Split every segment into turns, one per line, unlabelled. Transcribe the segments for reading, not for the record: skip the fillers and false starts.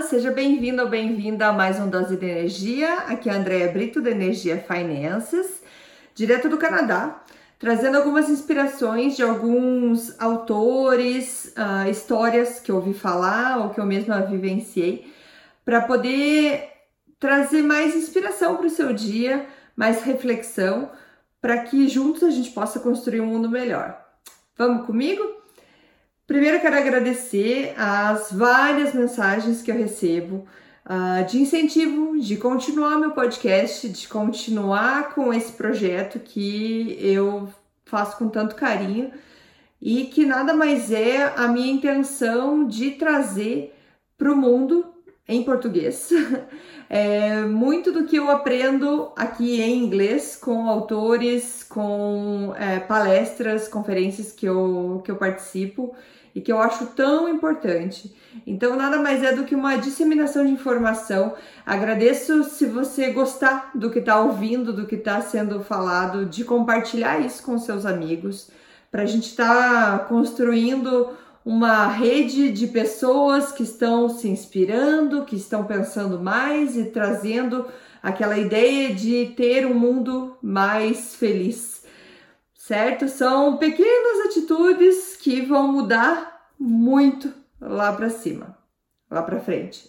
seja bem-vindo ou bem-vinda a mais um Dose de Energia. Aqui é a Andrea Brito, da Energia Finances, direto do Canadá, trazendo algumas inspirações de alguns autores, histórias que eu ouvi falar ou que eu mesma vivenciei, para poder trazer mais inspiração para o seu dia, mais reflexão, para que juntos a gente possa construir um mundo melhor. Vamos comigo? Primeiro eu quero agradecer as várias mensagens que eu recebo de incentivo, de continuar meu podcast, de continuar com esse projeto que eu faço com tanto carinho e que nada mais é a minha intenção de trazer para o mundo em português. Muito do que eu aprendo aqui em inglês com autores, com palestras, conferências que eu participo e que eu acho tão importante. Então, nada mais é do que uma disseminação de informação. Agradeço se você gostar do que está ouvindo, do que está sendo falado, de compartilhar isso com seus amigos, para a gente estar construindo uma rede de pessoas que estão se inspirando, que estão pensando mais e trazendo aquela ideia de ter um mundo mais feliz, certo? São pequenas atitudes que vão mudar muito lá para cima, lá para frente.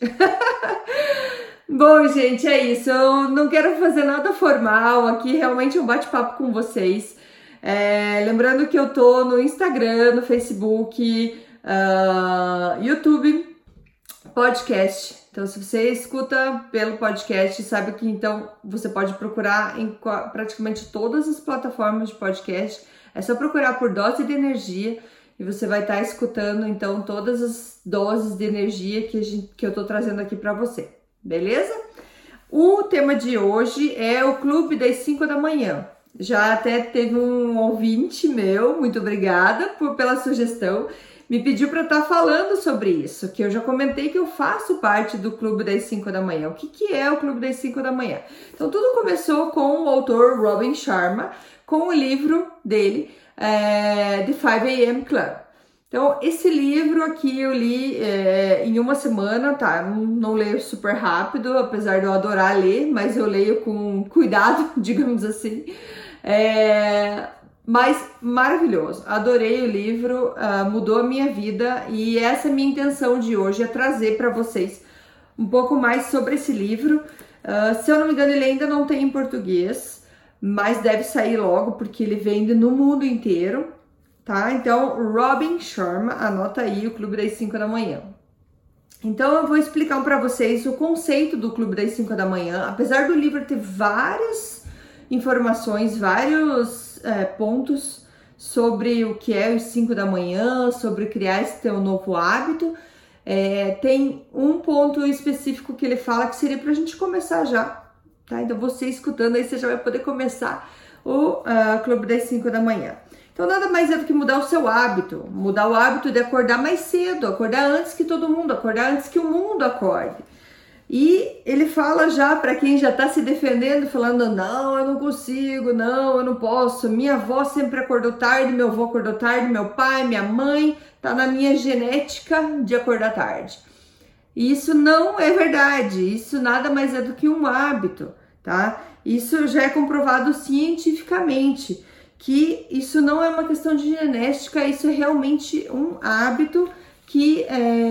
Bom, gente, é isso. Eu não quero fazer nada formal aqui, realmente um bate-papo com vocês. Lembrando que eu tô no Instagram, no Facebook, YouTube, podcast. Então, se você escuta pelo podcast, sabe que então você pode procurar em praticamente todas as plataformas de podcast. É só procurar por Dose de Energia e você vai estar escutando então todas as doses de energia que eu tô trazendo aqui para você, beleza? O tema de hoje é o Clube das 5 da manhã. Já até teve um ouvinte meu, muito obrigada pela sugestão, me pediu para estar falando sobre isso, que eu já comentei que eu faço parte do Clube das 5 da manhã. O que é o Clube das 5 da manhã? Então, tudo começou com o autor Robin Sharma, com o livro dele, The 5 AM Club. Então, esse livro aqui eu li em uma semana, tá? Não leio super rápido, apesar de eu adorar ler, mas eu leio com cuidado, digamos assim. Mas maravilhoso, adorei o livro, mudou a minha vida e essa é a minha intenção de hoje, é trazer para vocês um pouco mais sobre esse livro. Se eu não me engano, ele ainda não tem em português, mas deve sair logo porque ele vende no mundo inteiro, tá? Então, Robin Sharma, anota aí, o Clube das 5 da manhã. Então, eu vou explicar para vocês o conceito do Clube das 5 da manhã, apesar do livro ter várias informações, vários pontos sobre o que é os 5 da manhã, sobre criar esse teu novo hábito. Tem um ponto específico que ele fala que seria pra gente começar já, tá? Então você escutando aí, você já vai poder começar o Clube das 5 da manhã. Então nada mais é do que mudar o seu hábito, mudar o hábito de acordar mais cedo, acordar antes que todo mundo, acordar antes que o mundo acorde. E ele fala já para quem já está se defendendo, falando, não, eu não consigo, não, eu não posso, minha avó sempre acordou tarde, meu avô acordou tarde, meu pai, minha mãe, tá na minha genética de acordar tarde. E isso não é verdade, isso nada mais é do que um hábito, tá? Isso já é comprovado cientificamente, que isso não é uma questão de genética, isso é realmente um hábito que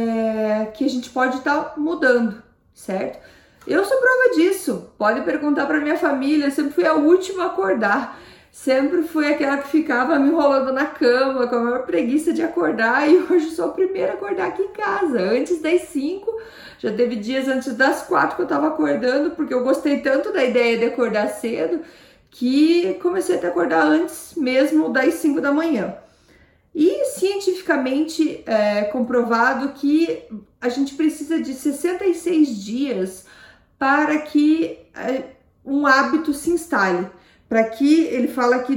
a gente pode estar mudando. Certo? Eu sou prova disso. Pode perguntar para minha família. Eu sempre fui a última a acordar. Sempre fui aquela que ficava me enrolando na cama com a maior preguiça de acordar. E hoje sou a primeira a acordar aqui em casa. Antes das 5, já teve dias antes das 4 que eu tava acordando, porque eu gostei tanto da ideia de acordar cedo que comecei a acordar antes mesmo das 5 da manhã. E cientificamente é comprovado que a gente precisa de 66 dias para que um hábito se instale. Para que ele fala aqui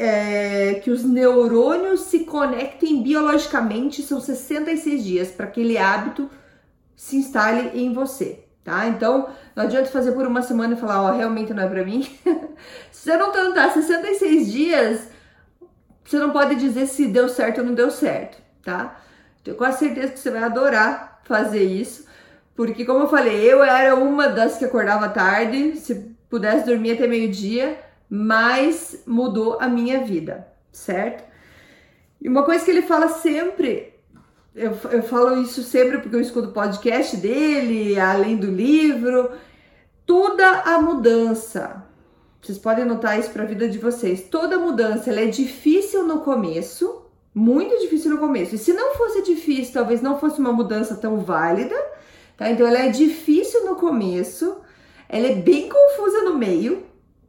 que os neurônios se conectem biologicamente, são 66 dias para que aquele hábito se instale em você, tá? Então, não adianta fazer por uma semana e falar, realmente não é para mim. Se você não tentar 66 dias, você não pode dizer se deu certo ou não deu certo, tá? Tenho quase certeza que você vai adorar fazer isso, porque como eu falei, eu era uma das que acordava tarde, se pudesse dormir até meio-dia, mas mudou a minha vida, certo? E uma coisa que ele fala sempre, eu falo isso sempre porque eu escuto o podcast dele, além do livro, toda a mudança, vocês podem notar isso para a vida de vocês, toda mudança ela é difícil no começo, muito difícil no começo, e se não fosse difícil, talvez não fosse uma mudança tão válida, tá? Então ela é difícil no começo, ela é bem confusa no meio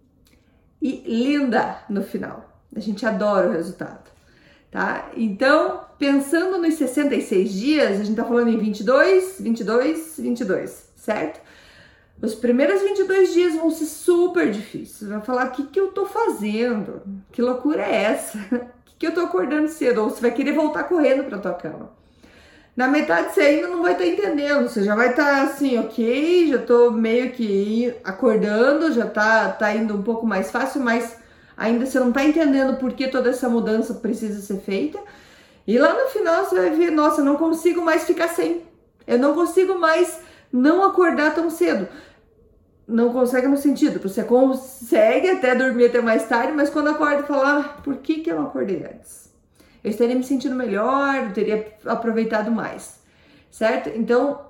e linda no final. A gente adora o resultado, tá? Então, pensando nos 66 dias, a gente tá falando em 22, 22, 22, certo? Os primeiros 22 dias vão ser super difíceis. Vai falar, o que eu tô fazendo? Que loucura é essa? O que eu tô acordando cedo? Ou você vai querer voltar correndo pra tua cama. Na metade você ainda não vai estar entendendo. Você já vai estar assim, ok, já tô meio que acordando, já tá indo um pouco mais fácil, mas ainda você não tá entendendo por que toda essa mudança precisa ser feita. E lá no final você vai ver, nossa, eu não consigo mais ficar sem. Eu não consigo mais não acordar tão cedo. Não consegue no sentido, você consegue até dormir até mais tarde, mas quando acorda fala, por que eu não acordei antes? Eu estaria me sentindo melhor, eu teria aproveitado mais, certo? Então,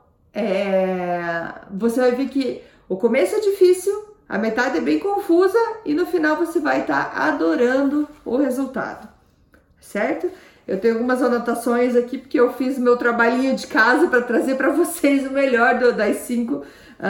você vai ver que o começo é difícil, a metade é bem confusa e no final você vai estar adorando o resultado, certo? Eu tenho algumas anotações aqui porque eu fiz meu trabalhinho de casa para trazer para vocês o melhor das 5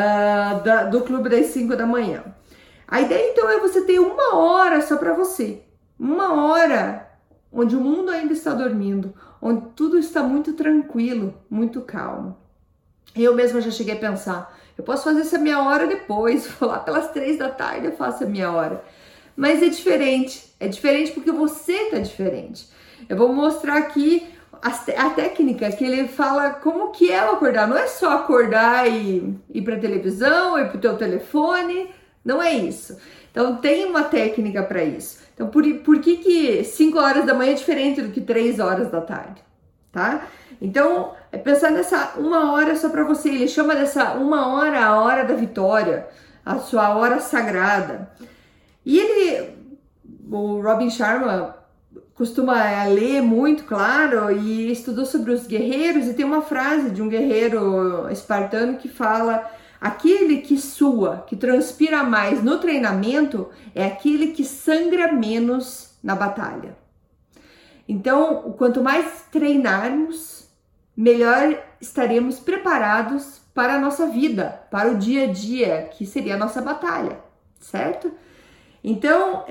do clube das 5 da manhã. A ideia então é você ter 1 hora só para você, 1 hora onde o mundo ainda está dormindo, onde tudo está muito tranquilo, muito calmo. Eu mesma já cheguei a pensar, eu posso fazer essa minha hora depois, vou lá pelas 3 da tarde eu faço a minha hora. Mas é diferente porque você está diferente. Eu vou mostrar aqui a técnica que ele fala como que é o acordar. Não é só acordar e ir para a televisão, ir para o teu telefone, não é isso. Então tem uma técnica para isso. Então por que 5 horas da manhã é diferente do que 3 horas da tarde, tá? Então é pensar nessa 1 hora só para você. Ele chama dessa 1 hora a hora da vitória, a sua hora sagrada. E o Robin Sharma costuma ler muito, claro, e estudou sobre os guerreiros, e tem uma frase de um guerreiro espartano que fala: aquele que sua, que transpira mais no treinamento, é aquele que sangra menos na batalha. Então, quanto mais treinarmos, melhor estaremos preparados para a nossa vida, para o dia a dia, que seria a nossa batalha, certo? Então,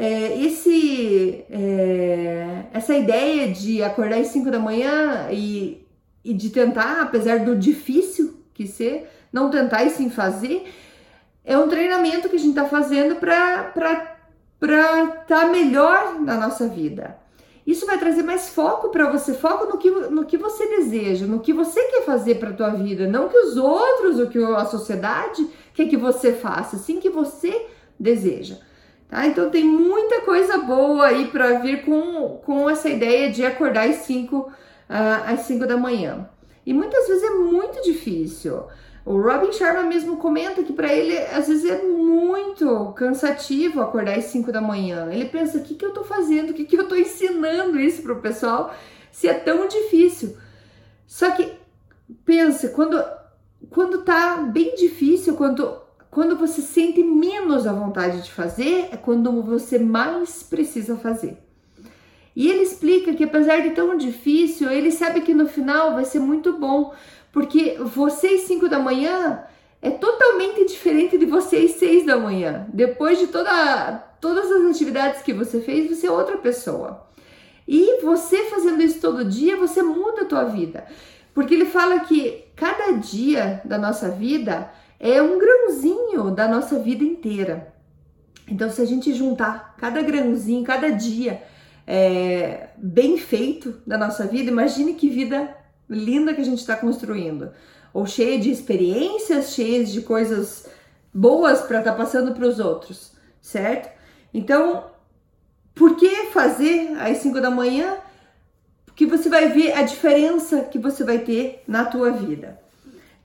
essa ideia de acordar às 5 da manhã e de tentar, apesar do difícil que ser, não tentar e sim fazer, é um treinamento que a gente está fazendo para estar melhor na nossa vida. Isso vai trazer mais foco para você, foco no que você deseja, no que você quer fazer para a tua vida, não que os outros, ou que a sociedade quer que você faça, sim que você deseja. Tá? Então tem muita coisa boa aí para vir com essa ideia de acordar às 5 da manhã. E muitas vezes é muito difícil. O Robin Sharma mesmo comenta que para ele às vezes é muito cansativo acordar às 5 da manhã. Ele pensa, o que eu tô fazendo? O que eu tô ensinando isso pro pessoal se é tão difícil? Só que pensa, quando tá bem difícil, quando você sente menos a vontade de fazer, é quando você mais precisa fazer. E ele explica que apesar de tão difícil, ele sabe que no final vai ser muito bom, porque você às 5 da manhã é totalmente diferente de você às 6 da manhã. Depois de todas as atividades que você fez, você é outra pessoa. E você fazendo isso todo dia, você muda a tua vida. Porque ele fala que cada dia da nossa vida é um grãozinho da nossa vida inteira. Então, se a gente juntar cada grãozinho, cada dia bem feito da nossa vida, imagine que vida linda que a gente está construindo. Ou cheia de experiências, cheias de coisas boas para estar passando para os outros, certo? Então, por que fazer às 5 da manhã? Porque você vai ver a diferença que você vai ter na tua vida.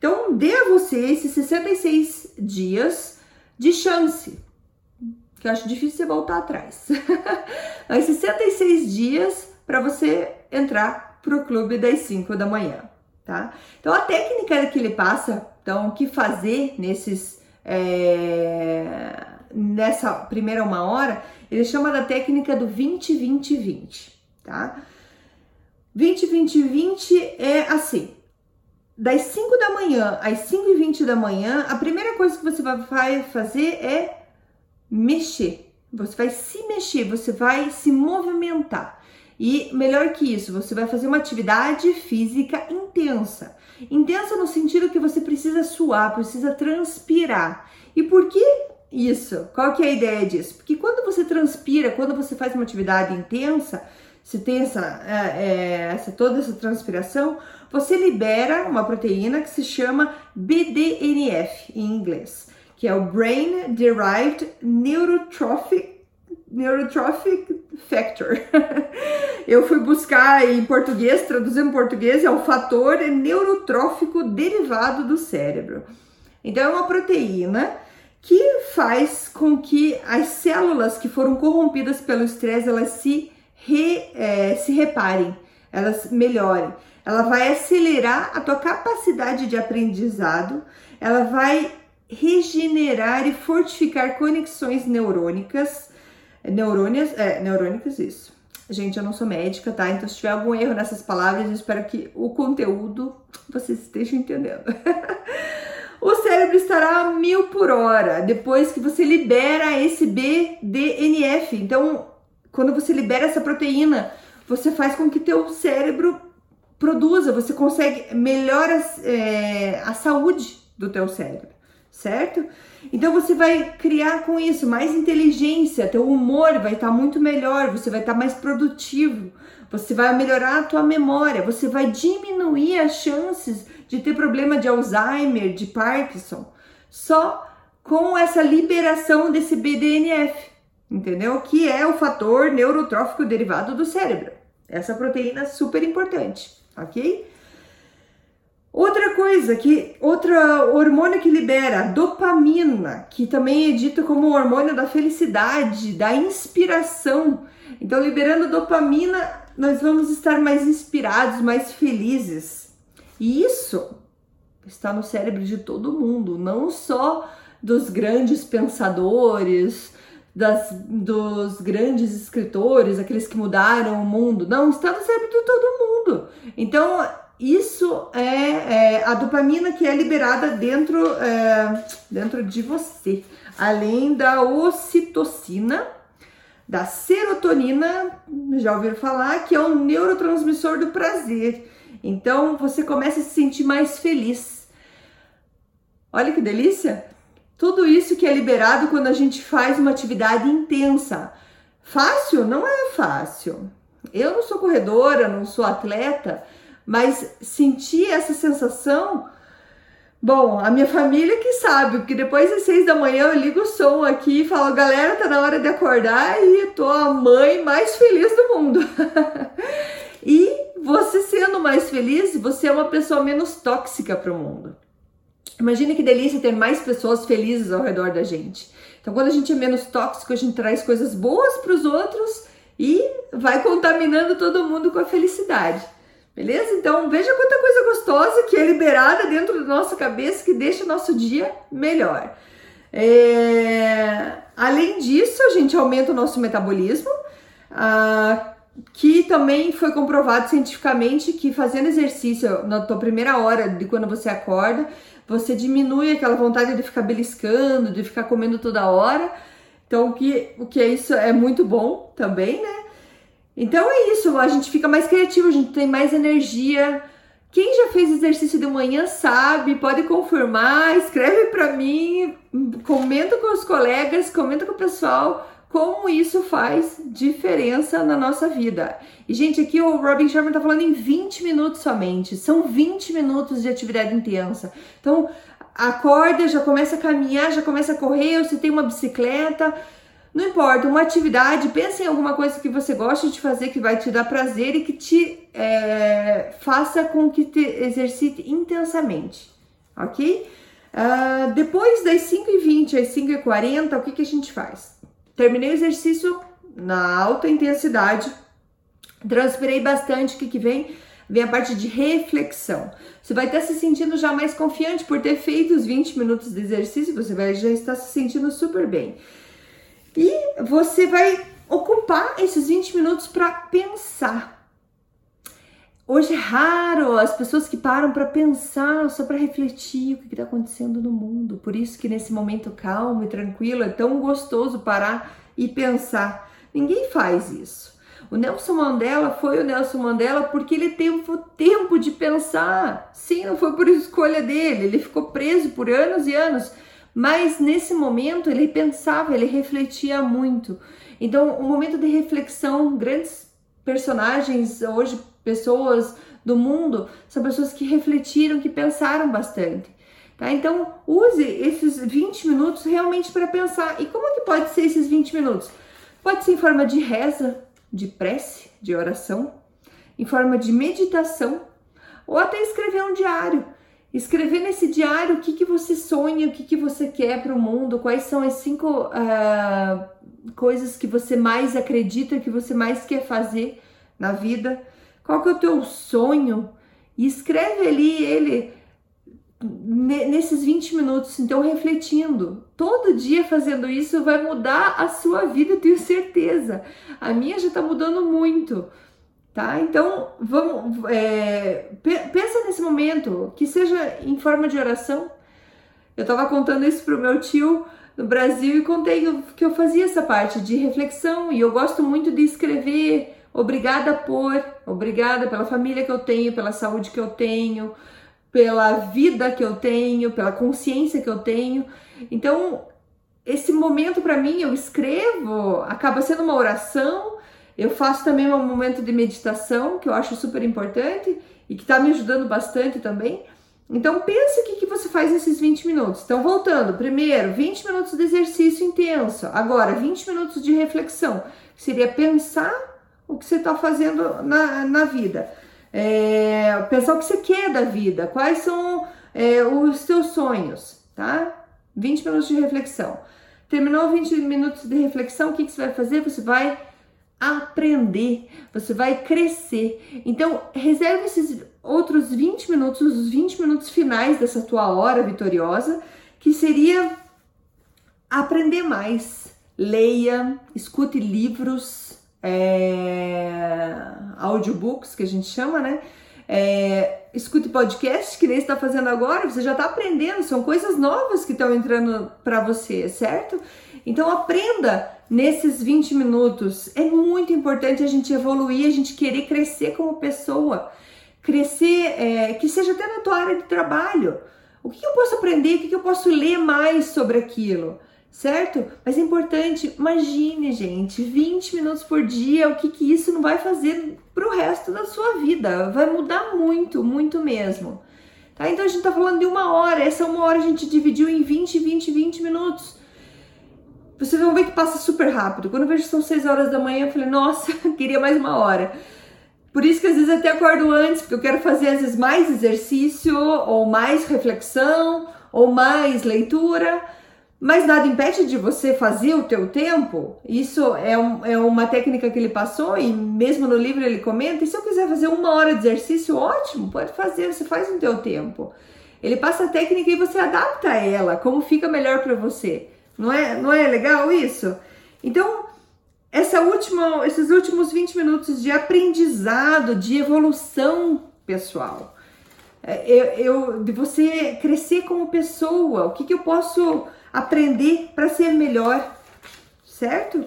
Então, dê a você esses 66 dias de chance, que eu acho difícil você voltar atrás. Mas 66 dias para você entrar pro clube das 5 da manhã, tá? Então, a técnica que ele passa, então, o que fazer nessa primeira 1 hora, ele chama da técnica do 20-20-20, tá? 20-20-20 é assim, das 5 da manhã às 5h20 da manhã, a primeira coisa que você vai fazer é mexer. Você vai se mexer, você vai se movimentar. E melhor que isso, você vai fazer uma atividade física intensa. Intensa no sentido que você precisa suar, precisa transpirar. E por que isso? Qual que é a ideia disso? Porque quando você transpira, quando você faz uma atividade intensa, você tem toda essa transpiração, você libera uma proteína que se chama BDNF em inglês, que é o Brain Derived Neurotrophic Factor. Eu fui buscar em português, traduzindo em português, é o fator neurotrófico derivado do cérebro. Então, é uma proteína que faz com que as células que foram corrompidas pelo estresse, elas se reparem, elas melhorem. Ela vai acelerar a tua capacidade de aprendizado, ela vai regenerar e fortificar conexões neurônicas, isso. Gente, eu não sou médica, tá? Então, se tiver algum erro nessas palavras, eu espero que o conteúdo vocês estejam entendendo. O cérebro estará a 1000 por hora depois que você libera esse BDNF. Então, quando você libera essa proteína, você faz com que teu cérebro produza, você consegue melhorar a saúde do teu cérebro, certo? Então você vai criar com isso mais inteligência, teu humor vai estar muito melhor, você vai estar mais produtivo, você vai melhorar a tua memória, você vai diminuir as chances de ter problema de Alzheimer, de Parkinson, só com essa liberação desse BDNF, entendeu? Que é o fator neurotrófico derivado do cérebro. Essa proteína é super importante, ok? Outra coisa, outro hormônio que libera, dopamina, que também é dito como o hormônio da felicidade, da inspiração. Então, liberando dopamina, nós vamos estar mais inspirados, mais felizes. E isso está no cérebro de todo mundo, não só dos grandes pensadores, dos grandes escritores, aqueles que mudaram o mundo. Não, está no cérebro de todo mundo. Então, isso é a dopamina que é liberada dentro de você. Além da ocitocina, da serotonina, já ouviram falar, que é um neurotransmissor do prazer. Então, você começa a se sentir mais feliz. Olha que delícia! Tudo isso que é liberado quando a gente faz uma atividade intensa. Fácil? Não é fácil. Eu não sou corredora, não sou atleta, mas sentir essa sensação... Bom, a minha família que sabe, porque depois das 6 da manhã eu ligo o som aqui e falo, galera, tá na hora de acordar e tô a mãe mais feliz do mundo. E você sendo mais feliz, você é uma pessoa menos tóxica para o mundo. Imagine que delícia ter mais pessoas felizes ao redor da gente. Então, quando a gente é menos tóxico, a gente traz coisas boas para os outros e vai contaminando todo mundo com a felicidade. Beleza? Então, veja quanta coisa gostosa que é liberada dentro da nossa cabeça que deixa o nosso dia melhor. Além disso, a gente aumenta o nosso metabolismo, que também foi comprovado cientificamente que fazendo exercício na tua primeira hora de quando você acorda, você diminui aquela vontade de ficar beliscando, de ficar comendo toda hora. Então, o que é isso é muito bom também, né? Então é isso, a gente fica mais criativo, a gente tem mais energia. Quem já fez exercício de manhã sabe, pode confirmar, escreve pra mim, comenta com os colegas, comenta com o pessoal como isso faz diferença na nossa vida. E, gente, aqui o Robin Sharma tá falando em 20 minutos somente. São 20 minutos de atividade intensa. Então, acorda, já começa a caminhar, já começa a correr, ou você tem uma bicicleta. Não importa, uma atividade, pensa em alguma coisa que você gosta de fazer, que vai te dar prazer e que te faça com que te exercite intensamente. ok? Depois das 5h20 às 5h40, o que a gente faz? Terminei o exercício na alta intensidade, transpirei bastante, o que vem? Vem a parte de reflexão. Você vai estar se sentindo já mais confiante por ter feito os 20 minutos de exercício, você vai já estar se sentindo super bem. E você vai ocupar esses 20 minutos para pensar. Hoje é raro as pessoas que param para pensar, só para refletir o que está acontecendo no mundo. Por isso que nesse momento calmo e tranquilo é tão gostoso parar e pensar. Ninguém faz isso. O Nelson Mandela foi o Nelson Mandela porque ele teve o tempo de pensar. Sim, não foi por escolha dele, ele ficou preso por anos e anos. Mas nesse momento ele pensava, ele refletia muito. Então, um momento de reflexão, grandes personagens hoje, pessoas do mundo, são pessoas que refletiram, que pensaram bastante. Tá? Então, use esses 20 minutos realmente para pensar. E como é que pode ser esses 20 minutos? Pode ser em forma de reza, de prece, de oração, em forma de meditação, ou até escrever um diário. Escrever nesse diário o que você sonha, o que você quer para o mundo, quais são as 5 coisas que você mais acredita, que você mais quer fazer na vida, qual que é o teu sonho, e escreve ali ele nesses 20 minutos, então refletindo. Todo dia fazendo isso vai mudar a sua vida, eu tenho certeza. A minha já está mudando muito. Tá? Então, vamos, pensa nesse momento, que seja em forma de oração. Eu estava contando isso para o meu tio no Brasil e contei que eu fazia essa parte de reflexão e eu gosto muito de escrever obrigada pela família que eu tenho, pela saúde que eu tenho, pela vida que eu tenho, pela consciência que eu tenho. Então, esse momento para mim, eu escrevo, acaba sendo uma oração. Eu faço também um momento de meditação, que eu acho super importante e que está me ajudando bastante também. Então, pense o que você faz nesses 20 minutos. Então, voltando, primeiro, 20 minutos de exercício intenso. Agora, 20 minutos de reflexão, que seria pensar o que você está fazendo na vida. Pensar o que você quer da vida, quais são os seus sonhos, tá? 20 minutos de reflexão. Terminou 20 minutos de reflexão, o que você vai fazer? Você vai aprender, você vai crescer. Então, reserve esses outros 20 minutos, os 20 minutos finais dessa tua hora vitoriosa, que seria aprender mais. Leia, escute livros, audiobooks, que a gente chama, né? Escute podcast, que nem você está fazendo agora, você já está aprendendo, são coisas novas que estão entrando para você, certo? Então aprenda nesses 20 minutos. É muito importante a gente evoluir, a gente querer crescer como pessoa, crescer, que seja até na tua área de trabalho. O que eu posso aprender, o que eu posso ler mais sobre aquilo, certo? Mas é importante, imagine, gente, 20 minutos por dia, o que isso não vai fazer pro resto da sua vida, vai mudar muito, muito mesmo. Tá? Então a gente tá falando de 1 hora, essa 1 hora a gente dividiu em 20 minutos. Vocês vão ver que passa super rápido. Quando eu vejo que são 6 horas da manhã, eu falei, nossa, queria mais 1 hora. Por isso que às vezes até acordo antes, porque eu quero fazer às vezes mais exercício, ou mais reflexão, ou mais leitura. Mas nada impede de você fazer o teu tempo. Isso é uma técnica que ele passou e mesmo no livro ele comenta. E se eu quiser fazer 1 hora de exercício, ótimo, pode fazer, você faz no teu tempo. Ele passa a técnica e você adapta ela, como fica melhor para você. Não é legal isso? Então, esses últimos 20 minutos de aprendizado, de evolução pessoal, de você crescer como pessoa, o que eu posso aprender para ser melhor, certo?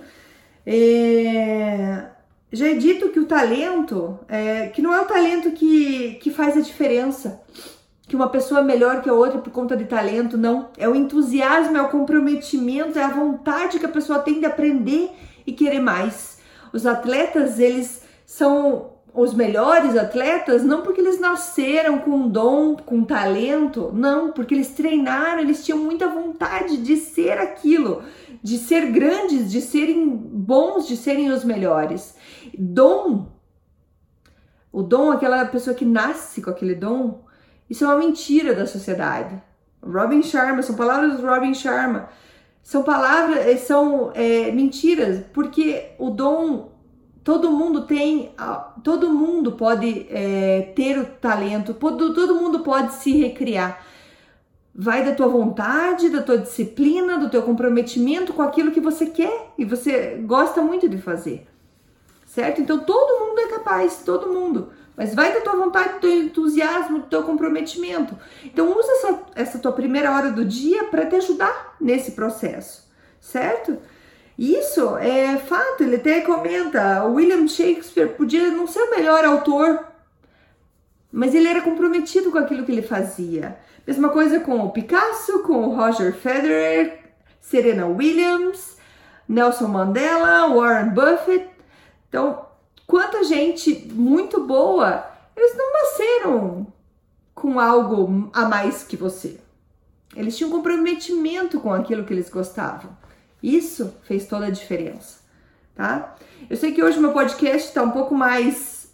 Já é dito que o talento, que não é o talento que faz a diferença, que uma pessoa é melhor que a outra por conta de talento, não. É o entusiasmo, é o comprometimento, é a vontade que a pessoa tem de aprender e querer mais. Os atletas, eles são os melhores atletas, não porque eles nasceram com dom, com talento, não, porque eles treinaram, eles tinham muita vontade de ser aquilo, de ser grandes, de serem bons, de serem os melhores. O dom, aquela pessoa que nasce com aquele dom, Isso é uma mentira da sociedade. Robin Sharma, são palavras do Robin Sharma. São palavras, são mentiras, porque o dom, todo mundo tem, todo mundo pode ter o talento, todo mundo pode se recriar. Vai da tua vontade, da tua disciplina, do teu comprometimento com aquilo que você quer e você gosta muito de fazer, certo? Então todo mundo é capaz, todo mundo. Mas vai da tua vontade, do teu entusiasmo, do teu comprometimento. Então usa essa tua primeira hora do dia para te ajudar nesse processo, certo? Isso é fato, ele até comenta, William Shakespeare podia não ser o melhor autor, mas ele era comprometido com aquilo que ele fazia. Mesma coisa com o Picasso, com o Roger Federer, Serena Williams, Nelson Mandela, Warren Buffett. Então, quanta gente muito boa, eles não nasceram com algo a mais que você. Eles tinham comprometimento com aquilo que eles gostavam. Isso fez toda a diferença, tá? Eu sei que hoje meu podcast está um pouco mais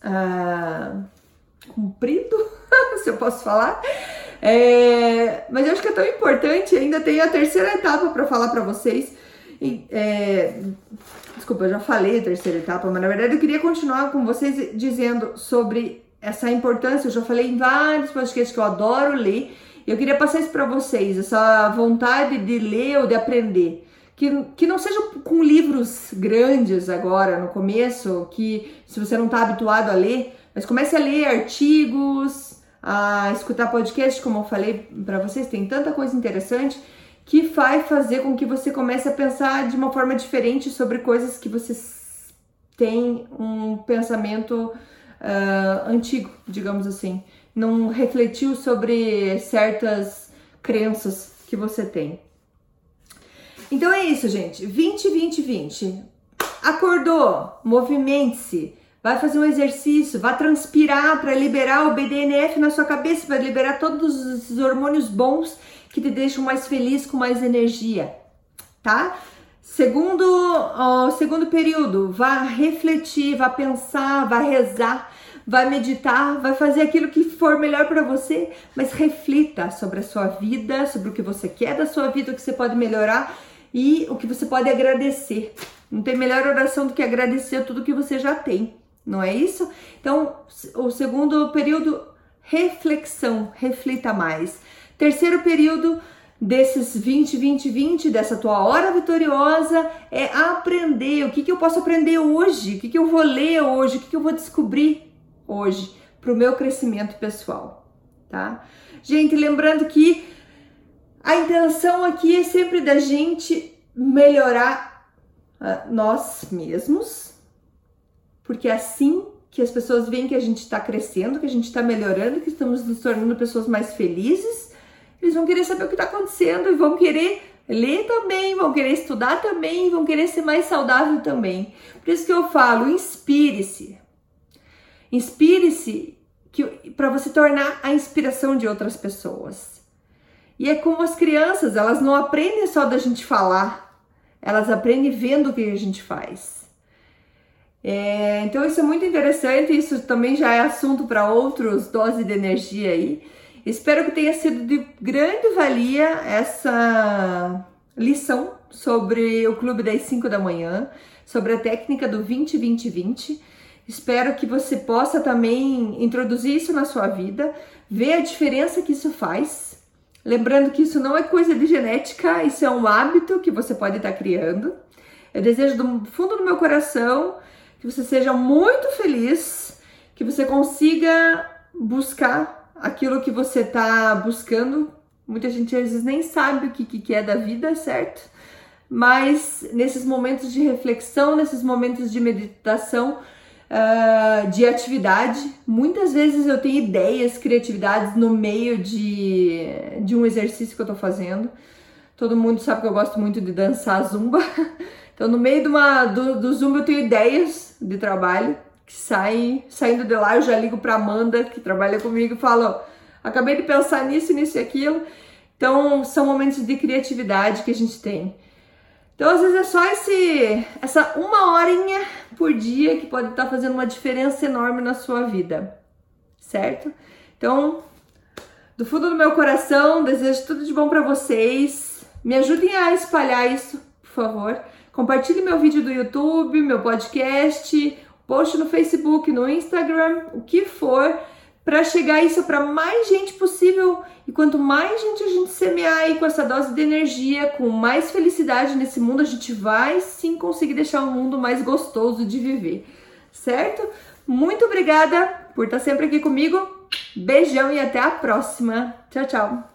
comprido, se eu posso falar. Mas eu acho que é tão importante, ainda tem a terceira etapa para falar para vocês. Desculpa, eu já falei a terceira etapa, mas na verdade eu queria continuar com vocês dizendo sobre essa importância. Eu já falei em vários podcasts que eu adoro ler, e eu queria passar isso para vocês, essa vontade de ler ou de aprender. Que não seja com livros grandes agora, no começo, que se você não está habituado a ler, mas comece a ler artigos, a escutar podcast, como eu falei para vocês, tem tanta coisa interessante que vai fazer com que você comece a pensar de uma forma diferente sobre coisas que você tem um pensamento antigo, digamos assim. Não refletiu sobre certas crenças que você tem. Então é isso, gente. 20. Acordou, movimente-se. Vai fazer um exercício, vai transpirar para liberar o BDNF na sua cabeça, vai liberar todos os hormônios bons que te deixam mais feliz, com mais energia, tá? Segundo período, vai refletir, vai pensar, vai rezar, vai meditar, vai fazer aquilo que for melhor para você, mas reflita sobre a sua vida, sobre o que você quer da sua vida, o que você pode melhorar e o que você pode agradecer. Não tem melhor oração do que agradecer tudo que você já tem. Não é isso? Então, o segundo período, reflexão, reflita mais. Terceiro período desses 20, dessa tua hora vitoriosa, é aprender. O que eu posso aprender hoje? O que eu vou ler hoje? O que eu vou descobrir hoje para o meu crescimento pessoal, tá? Gente, lembrando que a intenção aqui é sempre da gente melhorar nós mesmos, porque é assim que as pessoas veem que a gente está crescendo, que a gente está melhorando, que estamos nos tornando pessoas mais felizes. Eles vão querer saber o que está acontecendo e vão querer ler também, vão querer estudar também, vão querer ser mais saudável também. Por isso que eu falo, inspire-se. Inspire-se para você tornar a inspiração de outras pessoas. E é como as crianças, elas não aprendem só da gente falar, elas aprendem vendo o que a gente faz. Então isso é muito interessante, isso também já é assunto para outros doses de energia aí. Espero que tenha sido de grande valia essa lição sobre o Clube das 5 da manhã, sobre a técnica do 20. Espero que você possa também introduzir isso na sua vida, ver a diferença que isso faz. Lembrando que isso não é coisa de genética, isso é um hábito que você pode estar criando. Eu desejo do fundo do meu coração que você seja muito feliz, que você consiga buscar aquilo que você está buscando. Muita gente às vezes nem sabe o que é da vida, certo? Mas nesses momentos de reflexão, nesses momentos de meditação, de atividade, muitas vezes eu tenho ideias, criatividades no meio de um exercício que eu tô fazendo. Todo mundo sabe que eu gosto muito de dançar zumba. Então no meio do zumba eu tenho ideias de trabalho que saindo de lá eu já ligo pra Amanda, que trabalha comigo, e falo, acabei de pensar nisso e aquilo. Então são momentos de criatividade que a gente tem. Então, às vezes é só essa uma horinha por dia que pode estar fazendo uma diferença enorme na sua vida, certo? Então, Do fundo do meu coração, desejo tudo de bom para vocês. Me ajudem a espalhar isso, por favor. Compartilhe meu vídeo do YouTube, meu podcast, post no Facebook, no Instagram, o que for, para chegar isso para mais gente possível. E quanto mais gente a gente semear aí com essa dose de energia, com mais felicidade nesse mundo, a gente vai sim conseguir deixar o mundo mais gostoso de viver, certo? Muito obrigada por estar sempre aqui comigo. Beijão e até a próxima. Tchau, tchau.